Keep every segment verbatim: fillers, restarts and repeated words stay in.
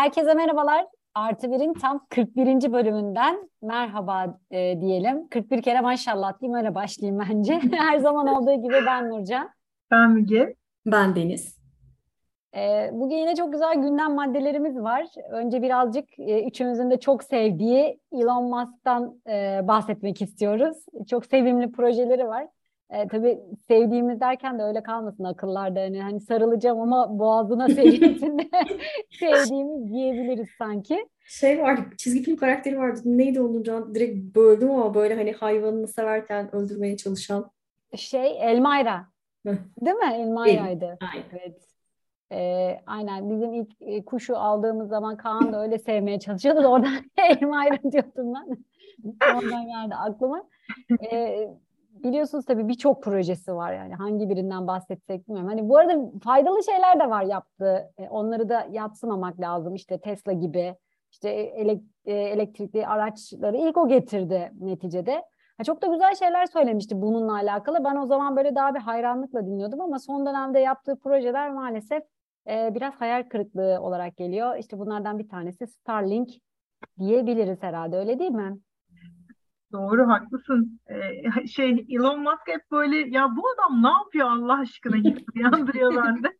Herkese merhabalar. Artı bir'in tam kırk birinci bölümünden merhaba e, diyelim. kırk bir kere maşallah diyeyim, öyle başlayayım bence. Her zaman olduğu gibi ben Nurcan. Ben Müge. Ben Deniz. E, bugün yine çok güzel gündem maddelerimiz var. Önce birazcık e, üçümüzün de çok sevdiği Elon Musk'tan e, bahsetmek istiyoruz. Çok sevimli projeleri var. E, tabii sevdiğimiz derken de öyle kalmasın akıllarda. Hani, hani sarılacağım ama boğazına seviyesinde sevdiğimiz diyebiliriz sanki. Şey vardı, çizgi film karakteri vardı. Neydi onun can? Direkt böldüm ama böyle hani hayvanını severken öldürmeye çalışan. Şey Elmayra. Heh, Değil mi? değil. Elmayra'ydı. Aynen. Evet. Ee, aynen bizim ilk e, kuşu aldığımız zaman Kaan da öyle sevmeye çalışıyordu da oradan Elmayra diyordum ben. Oradan geldi aklıma. Ee, Biliyorsunuz tabii birçok projesi var, yani hangi birinden bahsetsek bilmiyorum. Hani bu arada faydalı şeyler de var yaptığı. E, onları da yadsımamak lazım. İşte Tesla gibi işte elek- e, elektrikli araçları ilk o getirdi neticede. Ha, çok da güzel şeyler söylemişti bununla alakalı. Ben o zaman böyle daha bir hayranlıkla dinliyordum ama son dönemde yaptığı projeler maalesef e, biraz hayal kırıklığı olarak geliyor. İşte bunlardan bir tanesi Starlink diyebiliriz herhalde, öyle değil mi? Doğru, haklısın. Ee, şey Elon Musk hep böyle ya bu adam ne yapıyor Allah aşkına hissi uyandırıyor bende.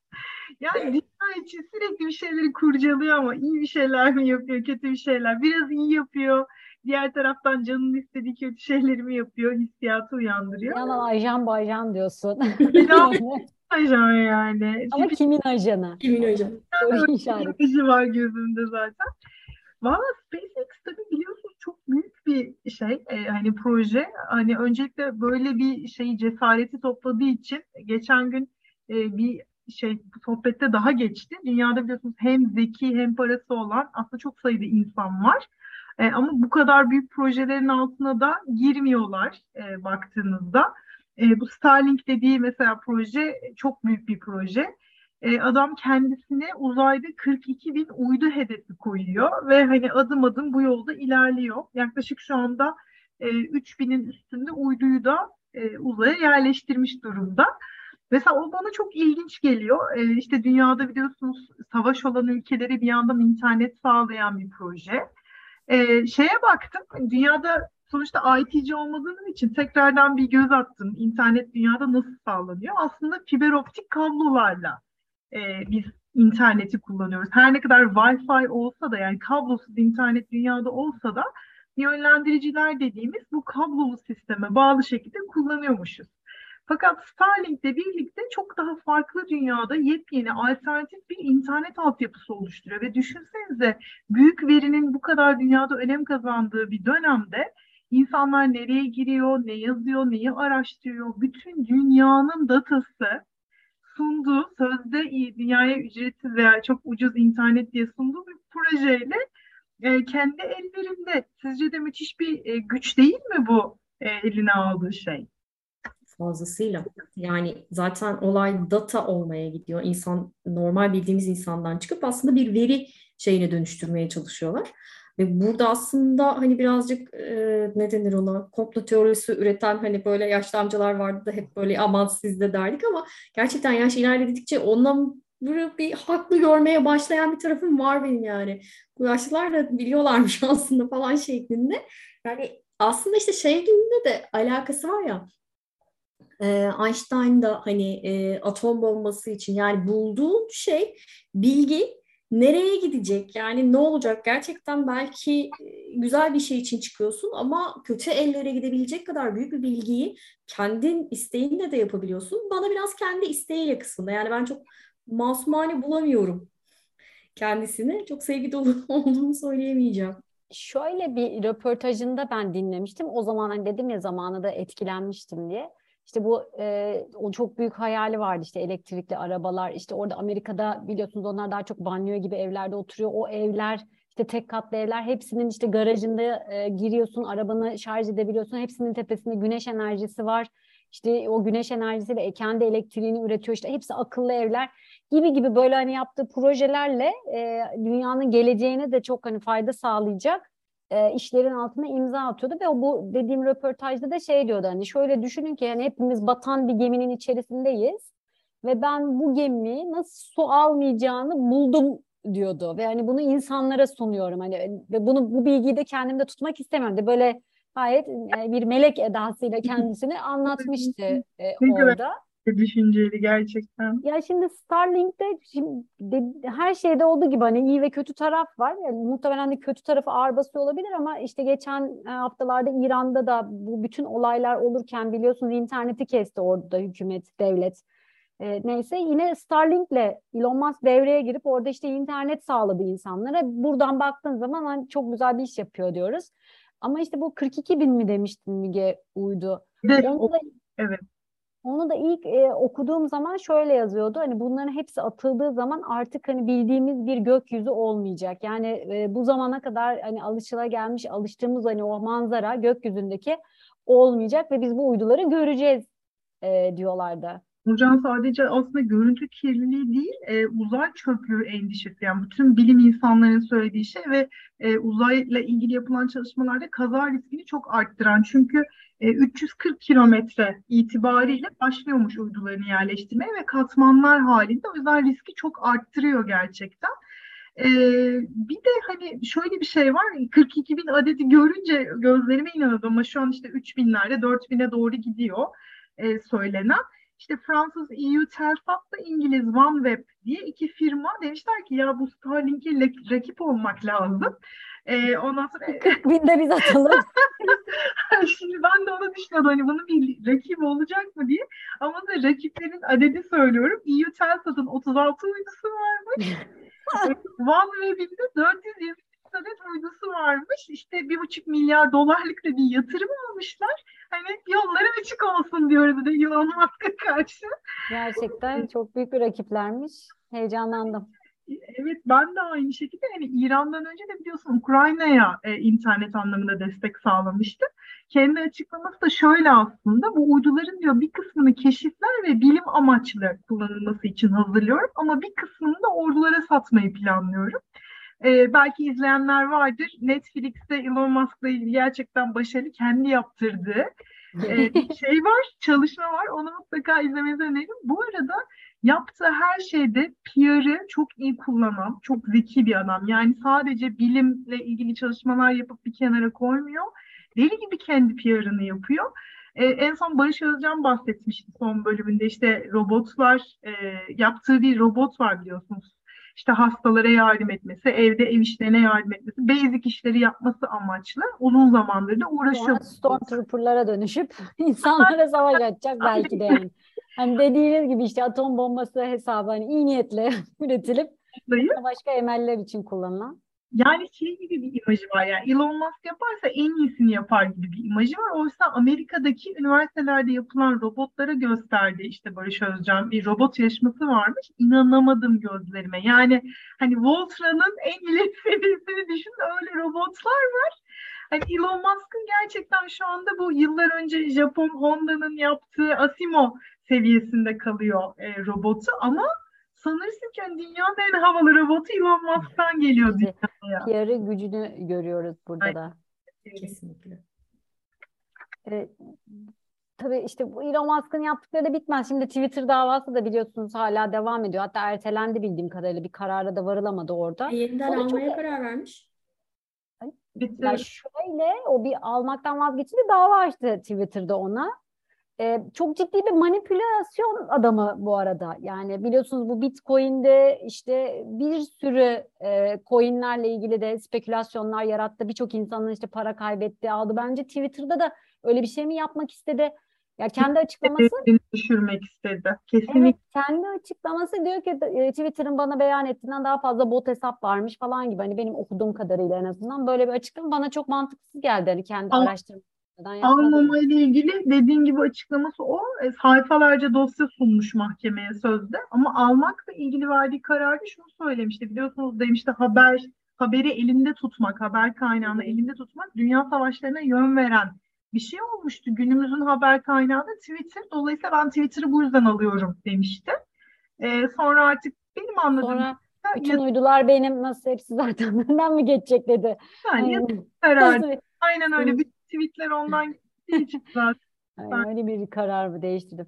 Yani dünya için sürekli bir şeyleri kurcalıyor ama iyi bir şeyler mi yapıyor, kötü bir şeyler. Biraz iyi yapıyor. Diğer taraftan canının istediği kötü şeyleri mi yapıyor, hissiyatı Bir uyandırıyor. yandan ajan bajan diyorsun. Fena bir Böyle. ajan yani. Ama Tipik kimin ajanı? Kimin O da hocam? soru öyle bir işareti. imajı var gözümde zaten. Valla SpaceX tabii biliyorsunuz çok büyük bir şey, e, hani proje. Hani öncelikle böyle bir şeyi cesareti topladığı için geçen gün e, bir şey bu sohbette daha geçti. Dünyada biliyorsunuz hem zeki hem parası olan aslında çok sayıda insan var. E, ama bu kadar büyük projelerin altına da girmiyorlar e, baktığınızda. E, bu Starlink dediği mesela proje çok büyük bir proje. E, adam kendisine uzayda kırk iki bin uydu hedefi koyuyor ve hani adım adım bu yolda ilerliyor. Yaklaşık şu anda e, üç binin üstünde uyduyu da e, uzaya yerleştirmiş durumda. Mesela o bana çok ilginç geliyor. E, işte dünyada biliyorsunuz savaş olan ülkelere bir yandan internet sağlayan bir proje. E, şeye baktım, hani dünyada sonuçta I T'ci olmadığım için tekrardan bir göz attım. İnternet dünyada nasıl sağlanıyor? Aslında fiber optik kablolarla e, biz interneti kullanıyoruz. Her ne kadar Wi-Fi olsa da, yani kablosuz internet dünyada olsa da yönlendiriciler dediğimiz bu kablolu sisteme bağlı şekilde kullanıyormuşuz. Fakat Starlink'le birlikte çok daha farklı dünyada yepyeni alternatif bir internet altyapısı oluşturuyor. Ve düşünsenize, büyük verinin bu kadar dünyada önem kazandığı bir dönemde insanlar nereye giriyor, ne yazıyor, neyi araştırıyor, bütün dünyanın datası sunduğu, sözde iyi, dünyaya ücretsiz veya çok ucuz internet diye sunduğu bir projeyle e, kendi ellerinde. Sizce de müthiş bir e, güç değil mi bu e, eline aldığı şey? Fazlasıyla. Yani zaten olay data olmaya gidiyor. İnsan normal bildiğimiz insandan çıkıp aslında bir veri şeyine dönüştürmeye çalışıyorlar. Ve burada aslında hani birazcık e, ne denir ona, komplo teorisi üreten hani böyle yaşlı amcalar vardı da hep böyle aman siz de derdik ama gerçekten yaş ilerledikçe ondan böyle bir haklı görmeye başlayan bir tarafım var benim yani. Bu yaşlılar da biliyorlarmış aslında falan şeklinde. Yani aslında işte şeyle de alakası var ya. Ee, Einstein da hani e, atom bombası için yani bulduğun şey bilgi nereye gidecek yani ne olacak gerçekten belki e, güzel bir şey için çıkıyorsun ama kötü ellere gidebilecek kadar büyük bir bilgiyi kendin isteğinle de yapabiliyorsun. Bana biraz kendi isteğiyle kısmında yani ben çok masumane bulamıyorum kendisini, çok sevgi dolu olduğunu söyleyemeyeceğim. Şöyle bir röportajında ben dinlemiştim. O zaman hani dedim ya, zamanında etkilenmiştim diye. İşte bu e, o çok büyük hayali vardı, işte elektrikli arabalar. İşte orada Amerika'da biliyorsunuz onlar daha çok banyo gibi evlerde oturuyor. O evler, işte tek katlı evler, hepsinin işte garajında e, giriyorsun, arabanı şarj edebiliyorsun. Hepsinin tepesinde güneş enerjisi var. İşte o güneş enerjisiyle kendi elektriğini üretiyor. İşte hepsi akıllı evler gibi gibi, böyle hani yaptığı projelerle e, dünyanın geleceğine de çok hani fayda sağlayacak e, işlerin altına imza atıyordu ve o bu dediğim röportajda da şey diyordu, hani şöyle düşünün ki yani hepimiz batan bir geminin içerisindeyiz ve ben bu gemi nasıl su almayacağını buldum diyordu ve hani bunu insanlara sunuyorum hani ve bunu bu bilgiyi de kendimde tutmak istemiyorum de böyle gayet e, bir melek edasıyla kendisini anlatmıştı e, Ne kadar orada. düşünceli gerçekten. Ya şimdi Starlink'te şimdi de- her şeyde olduğu gibi hani iyi ve kötü taraf var. Yani muhtemelen de kötü tarafı ağır basıyor olabilir ama işte geçen e, haftalarda İran'da da bu bütün olaylar olurken biliyorsunuz interneti kesti orada hükümet, devlet. E, neyse yine Starlink'le Elon Musk devreye girip orada işte internet sağladı insanlara. Buradan baktığın zaman hani çok güzel bir iş yapıyor diyoruz. Ama işte bu kırk iki bin mi demiştin Müge Uydu. Hedef Onu o. da Evet. onu da ilk e, okuduğum zaman şöyle yazıyordu. Hani bunların hepsi atıldığı zaman artık hani bildiğimiz bir gökyüzü olmayacak. Yani e, bu zamana kadar hani alışılagelmiş, alıştığımız hani o manzara gökyüzündeki olmayacak ve biz bu uyduları göreceğiz e, diyorlardı. Nurcan sadece aslında görüntü kirliliği değil, e, uzay çöplüğü endişesi. Yani bütün bilim insanlarının söylediği şey ve e, uzayla ilgili yapılan çalışmalarda kaza riskini çok arttıran. Çünkü e, üç yüz kırk kilometre itibariyle başlıyormuş uydularını yerleştirmeye ve katmanlar halinde. O yüzden riski çok arttırıyor gerçekten. E, Bir de hani şöyle bir şey var, kırk iki bin adedi görünce gözlerime inanıyordum ama şu an işte üç binlerde dört bine doğru gidiyor e, söylenen. İşte Fransız E U Telsat'la İngiliz OneWeb diye iki firma demişler ki ya bu Starlink'e le- rakip olmak lazım. Ee, ondan sonra kırk binde biz atalım. şimdi ben de onu düşünüyordum hani bunun bir rakibi olacak mı diye. Ama da rakiplerin adedi söylüyorum. E U Telsat'ın otuz altı uydusu varmış. OneWeb'in de dört yüz yirmi adet uydusu varmış. İşte bir buçuk milyar dolarlık da bir yatırım almışlar. Hani yolları açık olsun diyoruz da Elon Musk'a karşı. Gerçekten çok büyük bir rakiplermiş. Heyecanlandım. Evet ben de aynı şekilde hani İran'dan önce de biliyorsun Ukrayna'ya e, internet anlamında destek sağlamıştı. Kendi açıklaması da şöyle aslında bu uyduların diyor bir kısmını keşifler ve bilim amaçlı kullanılması için hazırlıyorum ama bir kısmını da ordulara satmayı planlıyorum. E, belki izleyenler vardır. Netflix'te Elon Musk'la ilgili gerçekten başarılı kendi yaptırdığı e, bir şey var, çalışma var. Onu mutlaka izlemenizi öneririm. Bu arada yaptığı her şeyde P R'ı çok iyi kullanan, çok zeki bir adam. Yani sadece bilimle ilgili çalışmalar yapıp bir kenara koymuyor. Deli gibi kendi P R'ını yapıyor. Ee, en son Barış Özcan bahsetmişti son bölümünde. İşte robotlar, e, yaptığı bir robot var biliyorsunuz. İşte hastalara yardım etmesi, evde ev işlerine yardım etmesi, basic işleri yapması amaçlı uzun zamandır da uğraşıyor. Sonra Stormtrooper'lara dönüşüp insanlara savaş açacak belki de yani. Hani dediğiniz gibi işte atom bombası hesabı hani iyi niyetle üretilip sonra başka emeller için kullanılan. Yani şey gibi bir imajı var yani Elon Musk yaparsa en iyisini yapar gibi bir imajı var. Oysa Amerika'daki üniversitelerde yapılan robotlara gösterdi işte Barış Özcan bir robot yarışması varmış. İnanamadım gözlerime. Yani hani Voltran'ın en ileri seviyesini düşün öyle robotlar var. Hani Elon Musk'ın gerçekten şu anda bu yıllar önce Japon Honda'nın yaptığı Asimo seviyesinde kalıyor e, robotu ama sanırsın ki hani dünyanın en havalı robotu Elon Musk'tan geliyor İşte dünyaya. P R'ı gücünü görüyoruz burada Ay, da. Kesinlikle. Evet, tabii işte bu Elon Musk'ın yaptıkları da bitmez. Şimdi Twitter davası da biliyorsunuz hala devam ediyor. Hatta ertelendi bildiğim kadarıyla bir karara da varılamadı orada. E, yeniden O da çok almaya karar vermiş. ya Twitter şöyle o bir almaktan vazgeçti dava açtı Twitter'da ona. Ee, çok ciddi bir manipülasyon adamı bu arada. Yani biliyorsunuz bu Bitcoin'de işte bir sürü e, coinlerle ilgili de spekülasyonlar yarattı. Birçok insanın işte para kaybetti, aldı. Bence Twitter'da da öyle bir şey mi yapmak istedi? Ya kendi açıklaması değerini düşürmek istedi. evet Kesinlikle. kendi açıklaması diyor ki e, Twitter'ın bana beyan ettiğinden daha fazla bot hesap varmış falan gibi. Hani benim okuduğum kadarıyla en azından böyle bir açıklama bana çok mantıksız geldi. Hani kendi Al, araştırmadan yapmadı. almama ile ilgili dediğin gibi açıklaması o. E, sayfalarca dosya sunmuş mahkemeye sözde. Ama almakla ilgili verdiği kararda şunu söylemişti. Biliyorsunuz demişti haber haberi elinde tutmak, haber kaynağını elinde tutmak dünya savaşlarına yön veren bir şey olmuştu. Günümüzün haber kaynağı da Twitter. Dolayısıyla ben Twitter'ı bu yüzden alıyorum demişti. E, sonra artık benim anladığım Sonra bütün kadarıyla uydular benim nasıl hepsi zaten benden mi geçecek dedi. yani Hani yasa kararı. nasıl bir- Aynen öyle. Bütün tweetler ondan gittiği için zaten. Aynen öyle bir karar mı değiştirdi falan.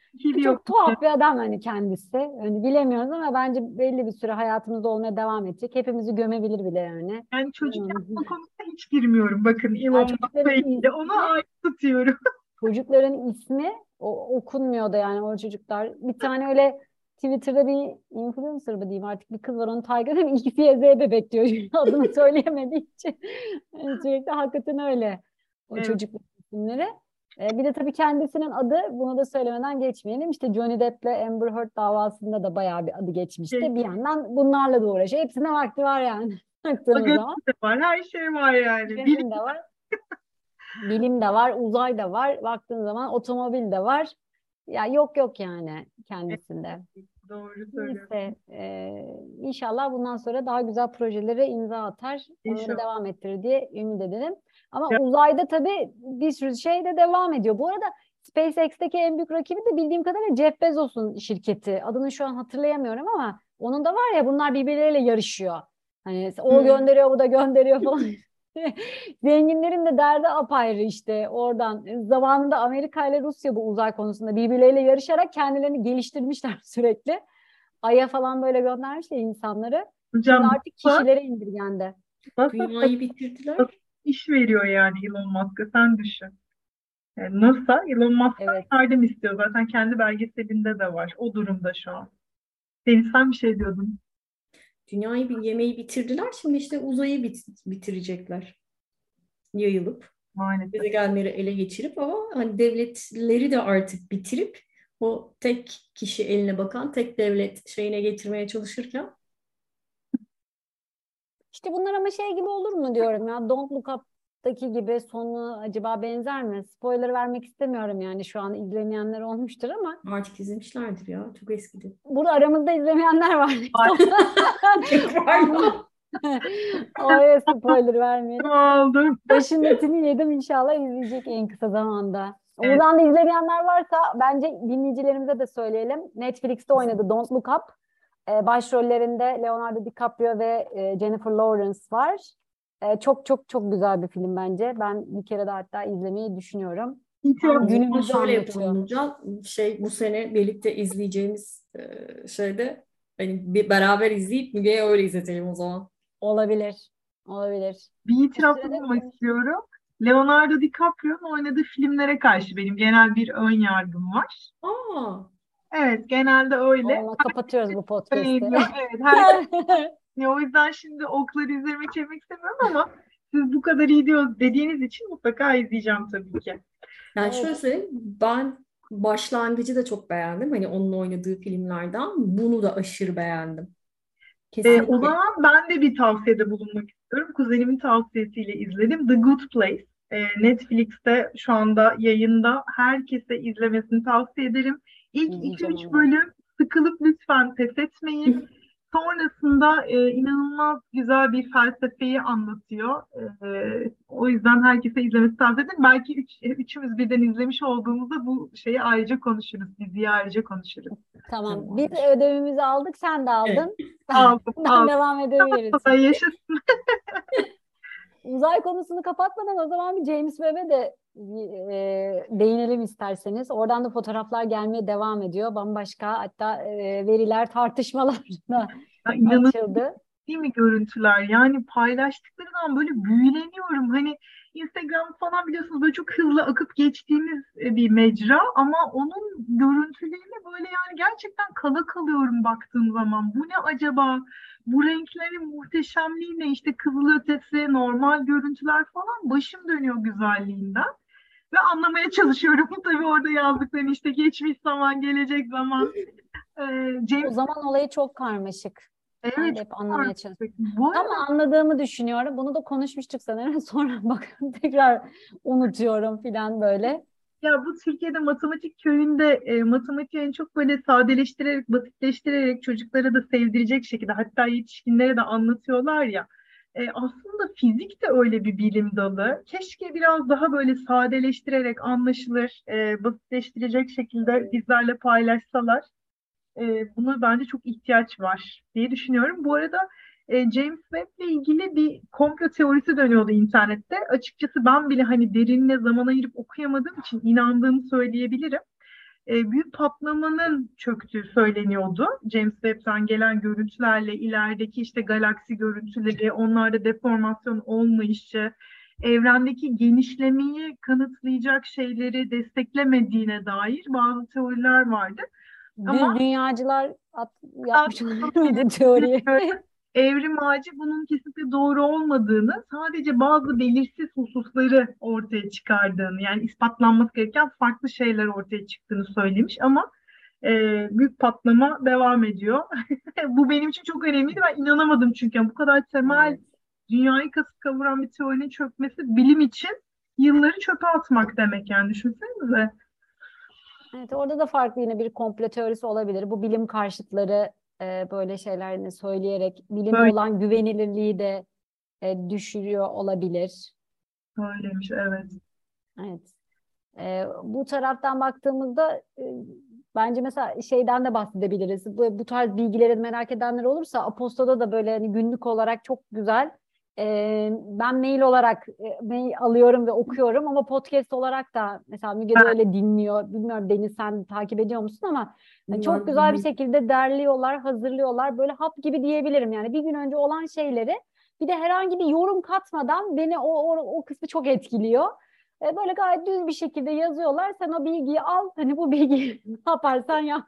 Gidiyor. Çok tuhaf bir adam hani kendisi. Yani bilemiyoruz ama bence belli bir süre hayatımızda olmaya devam edecek. Hepimizi gömebilir bile yani. Yani çocuk Hmm. yapma konusunda hiç girmiyorum. Bakın Yani Elon Musk'la çocukların ilgili onu ismi, ayrı tutuyorum. çocukların ismi o, okunmuyor da yani o çocuklar. Bir tane öyle Twitter'da bir influencer mı diyeyim artık bir kız var onu takip ediyorum. X, Y, Z bebek diyor. Adını söyleyemediği için. Yani sürekli hakikaten öyle o Evet, çocuk isimleri. E, bir de tabii kendisinin adı bunu da söylemeden geçmeyelim. İşte Johnny Depp'le Amber Heard davasında da bayağı bir adı geçmişti. Bir şey, yandan bunlarla da uğraşıyor. Hepsine vakti var yani baktığımız magazin zaman. de var, her şey var yani. Bilim Magazin de var. Bilim de var, uzay da var. Baktığın zaman otomobil de var. Ya yok yok yani kendisinde. doğru söylüyorsun. Neyse, e, inşallah bundan sonra daha güzel projelere imza atar. Onları İnşallah. devam ettirir diye ümit edelim. Ama Ya, uzayda tabii bir sürü şey de devam ediyor. Bu arada SpaceX'teki en büyük rakibi de bildiğim kadarıyla Jeff Bezos'un şirketi. Adını şu an hatırlayamıyorum ama onun da var ya bunlar birbirleriyle yarışıyor. Hani o hmm, gönderiyor, bu da gönderiyor falan. Zenginlerin de derdi apayrı işte oradan. Zamanında Amerika ile Rusya bu uzay konusunda birbirleriyle yarışarak kendilerini geliştirmişler sürekli. Ay'a falan böyle göndermişler insanları. Şimdi hocam artık NASA, kişilere indirgendi. NASA Dünyayı bitirdiler. iş veriyor yani Elon Musk'a, sen düşün. Yani NASA Elon Musk'tan Evet. yardım istiyor. Zaten kendi belgeselinde de var. O durumda şu an. Deniz sen bir şey diyordun. Dünyayı bir yemeği bitirdiler. Şimdi işte uzayı bit- bitirecekler. Yayılıp Maalesef. gezegenleri ele geçirip ama hani devletleri de artık bitirip o tek kişi eline bakan tek devlet şeyine getirmeye çalışırken İşte bunlar ama şey gibi olur mu diyorum ya. Don't Look Up'taki gibi sonu acaba benzer mi? Spoiler vermek istemiyorum yani şu an izlemeyenler olmuştur ama artık izlemişlerdir ya. Çok eskidi. burada aramızda izlemeyenler var. Ay, Pardon. Oraya spoiler vermeyelim. aldım. Başın etini yedim inşallah izleyecek en kısa zamanda. Evet. Buradan da izlemeyenler varsa bence dinleyicilerimize de söyleyelim. Netflix'te oynadı Don't Look Up. Ee, başrollerinde Leonardo DiCaprio ve e, Jennifer Lawrence var. Ee, çok çok çok güzel bir film bence. Ben bir kere de hatta izlemeyi düşünüyorum. İtiraf Tamam, o zaman Günümüzü şöyle yapalım anlatıyor. Nurcan. Şey bu sene birlikte izleyeceğimiz e, şeyde hani bir beraber izleyip Müge'ye öyle izletelim o zaman. Olabilir. Olabilir. bir O itirafta sırada bulunmak istiyorum. Leonardo DiCaprio'nun oynadığı filmlere karşı benim genel bir ön yargım var. Aa, Evet, genelde öyle. onunla kapatıyoruz bu podcast'i. Öyle Evet, her o yüzden şimdi okları üzerime çekmek istemiyorum ama siz bu kadar iyi diyor dediğiniz için mutlaka izleyeceğim tabii ki. yani Evet. şöyle söyleyeyim, ben başlangıcı da çok beğendim. Hani onun oynadığı filmlerden bunu da aşırı beğendim. Ee, o Kesinlikle. zaman ben de bir tavsiyede bulunmak istiyorum. Kuzenimin tavsiyesiyle izledim. The Good Place. Ee, Netflix'te şu anda yayında. Herkese izlemesini tavsiye ederim. İlk iki İzleyeceğim üç onu da. bölüm sıkılıp lütfen pes etmeyin. Sonrasında e, inanılmaz güzel bir felsefeyi anlatıyor. E, o yüzden herkese izlemesi tavsiye ederim. Belki üç, üçümüz birden izlemiş olduğumuzda bu şeyi ayrıca konuşuruz. Diziyi ayrıca konuşuruz. Tamam. Biz Tamamdır. ödevimizi aldık, sen de Evet. aldın. Aldım, Buradan aldım. devam edebiliriz. Daha yaşasın. Uzay konusunu kapatmadan o zaman bir James Webb'e de e, değinelim isterseniz. Oradan da fotoğraflar gelmeye devam ediyor. Bambaşka hatta e, veriler tartışmalar da Ya, inanılmaz açıldı. değil mi görüntüler? Yani paylaştıkları zaman böyle büyüleniyorum. Hani Instagram falan biliyorsunuz böyle çok hızlı akıp geçtiğimiz e, bir mecra ama onun görüntüleriyle böyle yani gerçekten kala kalıyorum baktığım zaman. Bu ne acaba? Bu renklerin muhteşemliği ne? İşte kızılötesi, normal görüntüler falan başım dönüyor güzelliğinden. Ve anlamaya çalışıyorum. Tabii orada yazdıklarını işte geçmiş zaman, gelecek zaman. Ee, O James zaman olayı çok karmaşık. Ben evet de hep çok anlamaya farklı. çalışıyorum. Bu Ama arada anladığımı düşünüyorum. Bunu da konuşmuştuk sanırım. Sonra bakın tekrar unutuyorum falan böyle. ya bu Türkiye'de matematik köyünde e, matematiği en çok böyle sadeleştirerek, basitleştirerek çocuklara da sevdirecek şekilde hatta yetişkinlere de anlatıyorlar ya. E, aslında fizik de öyle bir bilim dalı. Keşke biraz daha böyle sadeleştirerek anlaşılır, e, basitleştirecek şekilde bizlerle paylaşsalar. E, buna bence çok ihtiyaç var diye düşünüyorum. Bu arada e, James Webb'le ilgili bir komplo teorisi dönüyordu internette. Açıkçası ben bile hani derinle zaman ayırıp okuyamadığım için inandığımı söyleyebilirim. e, büyük patlamanın çöktüğü söyleniyordu. James Webb'den gelen görüntülerle ilerideki işte galaksi görüntüleri, onlarda deformasyon olmayışı, evrendeki genişlemeyi kanıtlayacak şeyleri desteklemediğine dair bazı teoriler vardı. Düz Ama dünyacılar at, yapmış aslında olabilir teoriyi. evrim ağacı bunun kesinlikle doğru olmadığını, sadece bazı belirsiz hususları ortaya çıkardığını, yani ispatlanması gereken farklı şeyler ortaya çıktığını söylemiş ama e, büyük patlama devam ediyor. Bu benim için çok önemliydi. Ben inanamadım çünkü yani bu kadar temel, Evet. dünyayı kasıp kavuran bir teorinin çökmesi bilim için yılları çöpe atmak demek, yani düşünsenize. Evet, orada da farklı yine bir komplo teorisi olabilir. Bu bilim karşıtları e, böyle şeylerini söyleyerek bilime Böyle olan güvenilirliği de e, düşürüyor olabilir. söylemiş, evet. Evet. E, bu taraftan baktığımızda e, bence mesela şeyden de bahsedebiliriz. Bu, bu tarz bilgileri merak edenler olursa Aposto'da da böyle hani günlük olarak çok güzel. E, ben mail olarak e, mail alıyorum ve okuyorum ama podcast olarak da mesela Müge de Evet, öyle dinliyor. Bilmiyorum Deniz, sen takip ediyor musun ama hani çok Ben güzel bir dinliyorum. şekilde derliyorlar, hazırlıyorlar. Böyle hap gibi diyebilirim yani bir gün önce olan şeyleri bir de herhangi bir yorum katmadan beni o, o, o kısmı çok etkiliyor. E, Böyle gayet düz bir şekilde yazıyorlar. Sen o bilgiyi al. Hani bu bilgiyi ne yaparsan yap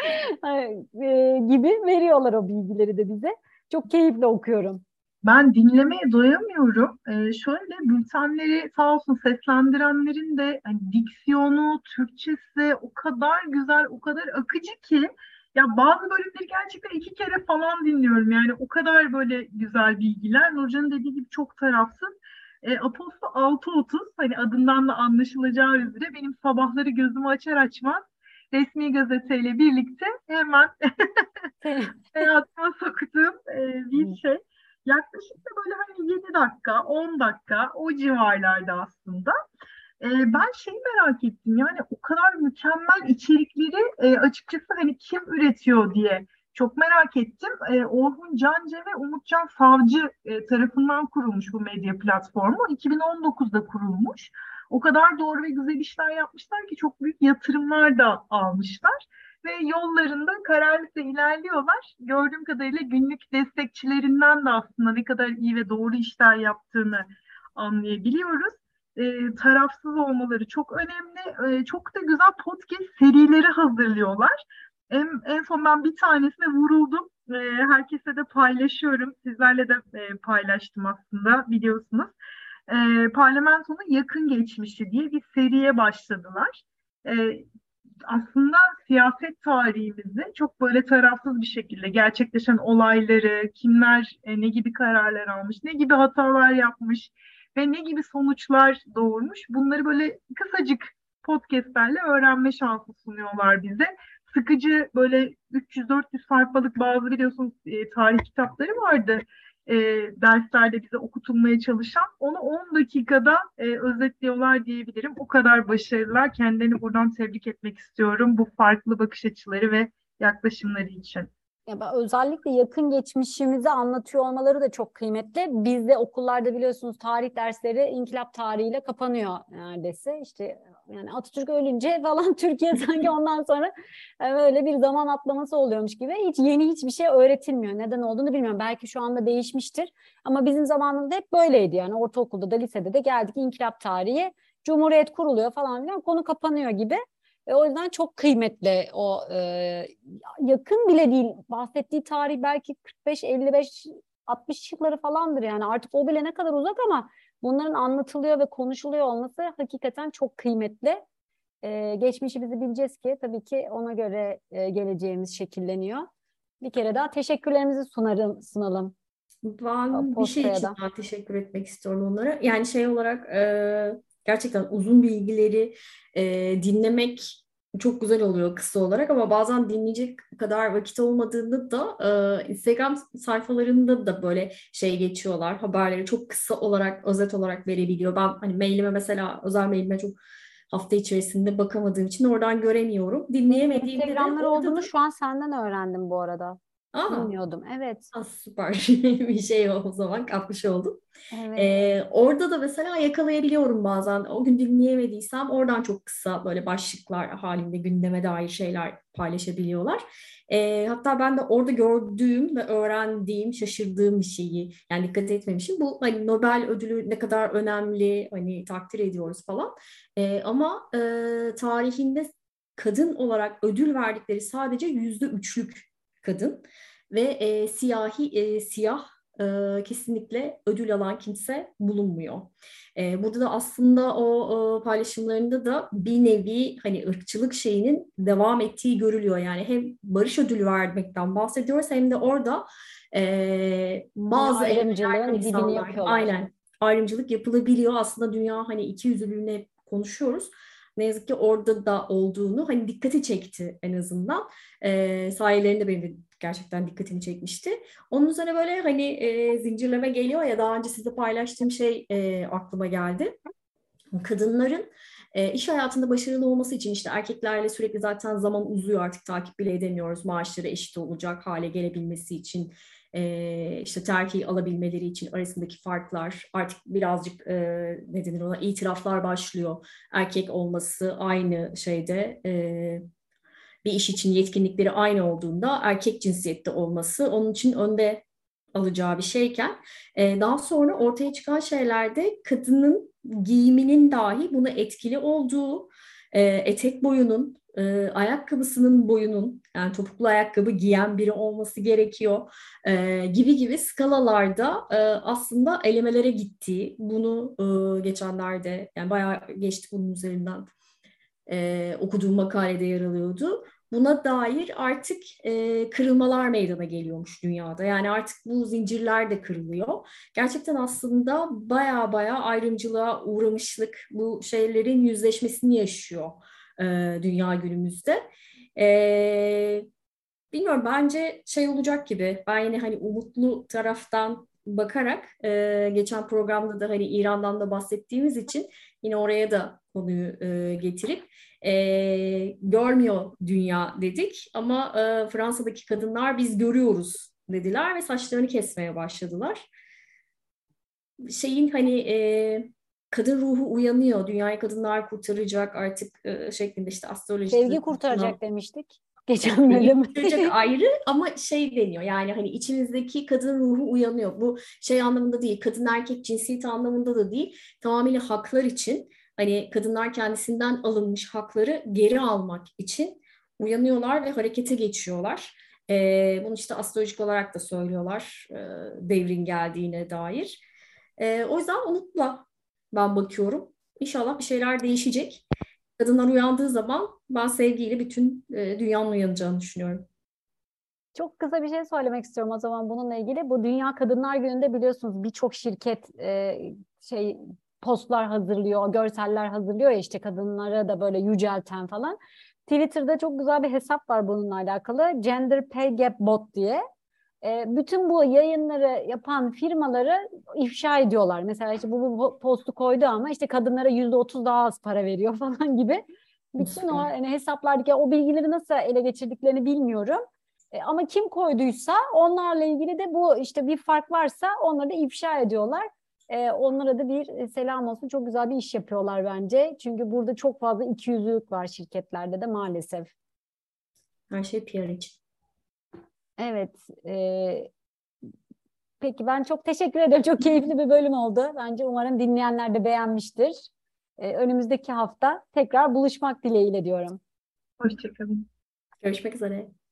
e, gibi veriyorlar o bilgileri de bize. Çok keyifle okuyorum. ben dinlemeye doyamıyorum. Ee, şöyle bültenleri sağ olsun seslendirenlerin de hani diksiyonu, Türkçesi o kadar güzel, o kadar akıcı ki ya bazı bölümleri gerçekten iki kere falan dinliyorum. Yani o kadar böyle güzel bilgiler. Nurcan'ın dediği gibi çok tarafsız. E, Aposto altı otuz, hani adından da anlaşılacağı üzere benim sabahları gözümü açar açmaz resmi gazeteyle birlikte hemen hayatıma soktuğum e, bir şey. Yaklaşık da böyle hani yedi dakika, on dakika o civarlarda aslında. E, ben şeyi merak ettim, yani o kadar mükemmel içerikleri e, açıkçası hani kim üretiyor diye çok merak ettim. E, Orhun Cance ve Umutcan Savcı e, tarafından kurulmuş bu medya platformu. iki bin on dokuzda kurulmuş. O kadar doğru ve güzel işler yapmışlar ki çok büyük yatırımlar da almışlar ve yollarında kararlılıkla ilerliyorlar. Gördüğüm kadarıyla günlük destekçilerinden de aslında ne kadar iyi ve doğru işler yaptığını anlayabiliyoruz. E, tarafsız olmaları çok önemli. E, çok da güzel podcast serileri hazırlıyorlar. En, en son ben bir tanesine vuruldum. E, herkese de paylaşıyorum. Sizlerle de e, paylaştım aslında, biliyorsunuz. E, Parlamentonun yakın geçmişi diye bir seriye başladılar. E, Aslında siyaset tarihimizi çok böyle tarafsız bir şekilde gerçekleşen olayları, kimler e, ne gibi kararlar almış, ne gibi hatalar yapmış ve ne gibi sonuçlar doğurmuş, bunları böyle kısacık podcastlerle öğrenme şansı sunuyorlar bize. Sıkıcı böyle üç yüz dört yüz sayfalık bazı, biliyorsunuz, e, tarih kitapları vardı, e, derslerde bize okutulmaya çalışan, onu on dakikada e, özetliyorlar diyebilirim. O kadar başarılılar. Kendilerini buradan tebrik etmek istiyorum bu farklı bakış açıları ve yaklaşımları için. Ya ben özellikle yakın geçmişimizi anlatıyor olmaları da çok kıymetli. Bizde okullarda biliyorsunuz tarih dersleri inkılap tarihiyle kapanıyor neredeyse. İşte yani Atatürk ölünce falan Türkiye sanki ondan sonra e, böyle bir zaman atlaması oluyormuş gibi. Hiç yeni hiçbir şey öğretilmiyor. Neden olduğunu bilmiyorum. Belki şu anda değişmiştir. Ama bizim zamanımızda hep böyleydi yani. Ortaokulda da lisede de geldik inkılap tarihi. Cumhuriyet kuruluyor falan filan, konu kapanıyor gibi. E, o yüzden çok kıymetli o e, yakın bile değil. Bahsettiği tarih belki kırk beş, elli beş, altmış yılları falandır yani. Artık o bile ne kadar uzak ama bunların anlatılıyor ve konuşuluyor olması hakikaten çok kıymetli. E, geçmişimizi bileceğiz ki tabii ki ona göre e, geleceğimiz şekilleniyor. Bir kere daha teşekkürlerimizi sunarım, sunalım o Ben bir şey postaya için da. daha teşekkür etmek istiyorum onlara. Yani şey olarak e, gerçekten uzun bilgileri e, dinlemek çok güzel oluyor kısa olarak ama bazen dinleyecek kadar vakit olmadığında da e, Instagram sayfalarında da böyle şey geçiyorlar. Haberleri çok kısa olarak, özet olarak verebiliyor. Ben hani mailime mesela, özel mailime çok hafta içerisinde bakamadığım için oradan göremiyorum. Benim Dinleyemediğimde de Instagram'lar orada olduğunu da şu an senden öğrendim bu arada. Aa, Bilmiyordum. Evet. aa, süper bir şey o zaman kapmış oldum. Evet. Ee, orada da mesela yakalayabiliyorum bazen. O gün dinleyemediysem oradan çok kısa böyle başlıklar halinde gündeme dair şeyler paylaşabiliyorlar. Ee, hatta ben de orada gördüğüm ve öğrendiğim, şaşırdığım bir şeyi yani dikkat etmemişim. Bu hani Nobel ödülü ne kadar önemli, hani takdir ediyoruz falan. Ee, ama e, tarihinde kadın olarak ödül verdikleri sadece yüzde üçlük kadın ve e, siyahi e, siyah e, kesinlikle ödül alan kimse bulunmuyor. E, burada da aslında o e, paylaşımlarında da bir nevi hani ırkçılık şeyinin devam ettiği görülüyor. Yani hem barış ödülü vermekten bahsediyoruz hem de orada e, Yine bazı ender ayrımcılığın dibini insanlar yapıyorlar. aynen ayrımcılık yapılabiliyor. Aslında dünya hani iki yüzlülüğünü hep konuşuyoruz. Ne yazık ki orada da olduğunu hani dikkati çekti en azından. E, sayelerinde benim de gerçekten dikkatimi çekmişti. Onun üzerine böyle hani e, zincirleme geliyor ya daha önce size paylaştığım şey e, aklıma geldi. Kadınların e, iş hayatında başarılı olması için işte erkeklerle sürekli zaten zaman uzuyor artık takip bile edemiyoruz. Maaşları eşit olacak hale gelebilmesi için e, işte terfi alabilmeleri için arasındaki farklar artık birazcık e, ne denir ona itiraflar başlıyor. Erkek olması aynı şeyde e, bir iş için yetkinlikleri aynı olduğunda erkek cinsiyette olması onun için önde alacağı bir şeyken e, daha sonra ortaya çıkan şeylerde kadının giyiminin dahi buna etkili olduğu, e, etek boyunun, e, ayakkabısının boyunun yani topuklu ayakkabı giyen biri olması gerekiyor e, gibi gibi skalalarda e, aslında elemelere gittiği bunu e, geçenlerde yani bayağı geçtik bunun üzerinden e, okuduğum makalede yer alıyordu. Buna dair artık e, kırılmalar meydana geliyormuş dünyada. Yani artık bu zincirler de kırılıyor. Gerçekten aslında baya baya ayrımcılığa uğramışlık bu şeylerin yüzleşmesini yaşıyor e, dünya günümüzde. E, Bilmiyorum bence şey olacak gibi. Ben yine hani umutlu taraftan bakarak e, geçen programda da hani İran'dan da bahsettiğimiz için yine oraya da konuyu e, getirip e, görmüyor dünya dedik ama e, Fransa'daki kadınlar biz görüyoruz dediler ve saçlarını kesmeye başladılar. Şeyin hani e, kadın ruhu uyanıyor, dünyayı kadınlar kurtaracak artık e, şeklinde işte Sevgi astrolojide kurtaracak demiştik geçen bölüm. Gelecek ayrı ama şey deniyor yani hani içinizdeki kadın ruhu uyanıyor. Bu şey anlamında değil, kadın erkek cinsiyeti anlamında da değil. Tamamıyla haklar için hani kadınlar kendisinden alınmış hakları geri almak için uyanıyorlar ve harekete geçiyorlar. Ee, bunu işte astrolojik olarak da söylüyorlar e, devrin geldiğine dair. E, o yüzden umutla ben bakıyorum. İnşallah bir şeyler değişecek. Kadınlar uyandığı zaman ben sevgiyle bütün e, dünyanın uyanacağını düşünüyorum. Çok kısa bir şey söylemek istiyorum o zaman bununla ilgili. Bu Dünya Kadınlar Günü'nde biliyorsunuz birçok şirket e, şey postlar hazırlıyor, görseller hazırlıyor ya işte kadınları da böyle yücelten falan. Twitter'da çok güzel bir hesap var bununla alakalı. Gender Pay Gap Bot diye. E, bütün bu yayınları yapan firmaları ifşa ediyorlar. Mesela işte bu, bu postu koydu ama işte kadınlara yüzde otuz daha az para veriyor falan gibi. Bütün o Süper. hani hesaplardaki o bilgileri nasıl ele geçirdiklerini bilmiyorum. E, ama kim koyduysa onlarla ilgili de bu işte bir fark varsa onları da ifşa ediyorlar. E, onlara da bir selam olsun. Çok güzel bir iş yapıyorlar bence. Çünkü burada çok fazla ikiyüzlülük var şirketlerde de maalesef. Her şey P R için. Evet. E, peki ben çok teşekkür ederim. Çok keyifli bir bölüm oldu. Bence umarım dinleyenler de beğenmiştir. E, önümüzdeki hafta tekrar buluşmak dileğiyle diyorum. Hoşçakalın. Görüşmek üzere.